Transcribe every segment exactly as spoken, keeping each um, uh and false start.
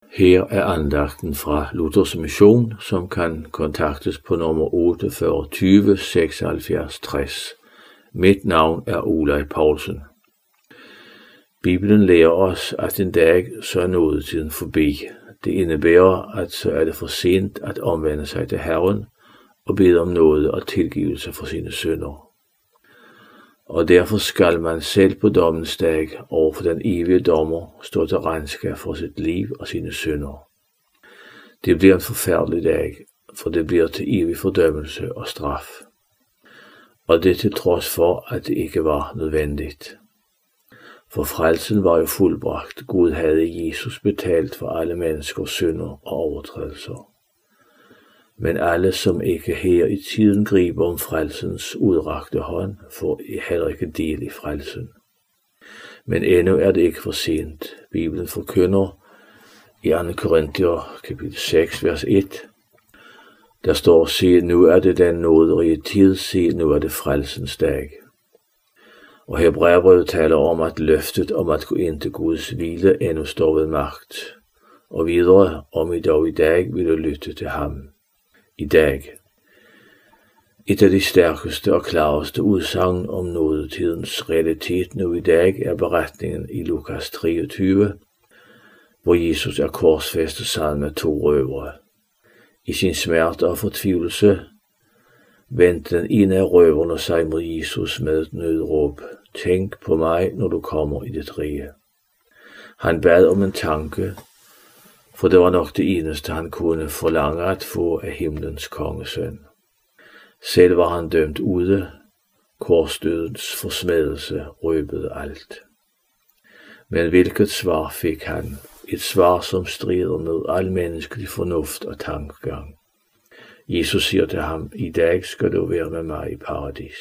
Her er andagten fra Luthers Mission, som kan kontaktes på nummer otte fyrre tyve seksoghalvfjerds tres. Mit navn er Olaj Poulsen. Bibelen lærer os, at en dag så er nådetiden forbi. Det indebærer, at så er det for sent at omvende sig til Herren og bede om nåde og tilgivelse for sine synder. Og derfor skal man selv på dommens dag over for den evige dommer stå til regnskab for sit liv og sine synder. Det bliver en forfærdelig dag, for det bliver til evig fordømmelse og straf. Og det til trods for, at det ikke var nødvendigt. For frelsen var jo fuldbragt. Gud havde Jesus betalt for alle menneskers synder og overtrædelser. Men alle, som ikke her i tiden griber om frelsens udrakte hånd, får heller ikke del i frelsen. Men endnu er det ikke for sent. Bibelen forkynder i anden Korinther kapitel seks, vers et. Der står, se, nu er det den nåderige tid, se, nu er det frelsens dag. Og Hebræerbrevet taler om, at løftet om at gå ind til Guds hvile endnu står ved magt. Og videre, om i dag i dag vil du lytte til ham. I dag. Et af de stærkeste og klareste udsagn om nådetidens realitet nu i dag er beretningen i Lukas treogtyve, hvor Jesus er korsfæstet sammen med to røvere. I sin smerte og fortvivlelse vendte den ene af røverne sig mod Jesus med et nødråb. Tænk på mig, når du kommer i dit rige. Han bad om en tanke, for det var nok det eneste, han kunne forlange at få af himlens kongesøn. Selv var han dømt ude, korsdødens forsmedelse røbede alt. Men hvilket svar fik han? Et svar, som strider med al menneskelig fornuft og tankegang. Jesus siger til ham, i dag skal du være med mig i paradis.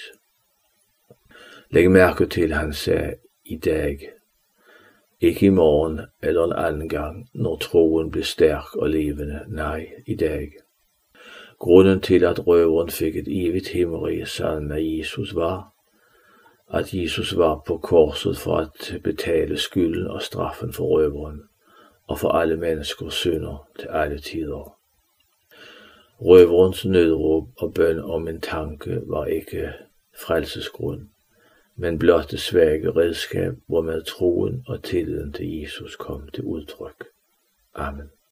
Læg mærke til, han sagde, i dag. Ikke i morgen eller en anden gang, når troen bliver stærk og levende. Nej, i dag. Grunden til, at røveren fik et evigt himmerige sammen med Jesus var, at Jesus var på korset for at betale skylden og straffen for røveren, og for alle menneskers synder til alle tider. Røverens nødråb og bøn om en tanke var ikke frelsesgrund, men blot det svage redskab, hvormed troen og tilliden til Jesus kom til udtryk. Amen.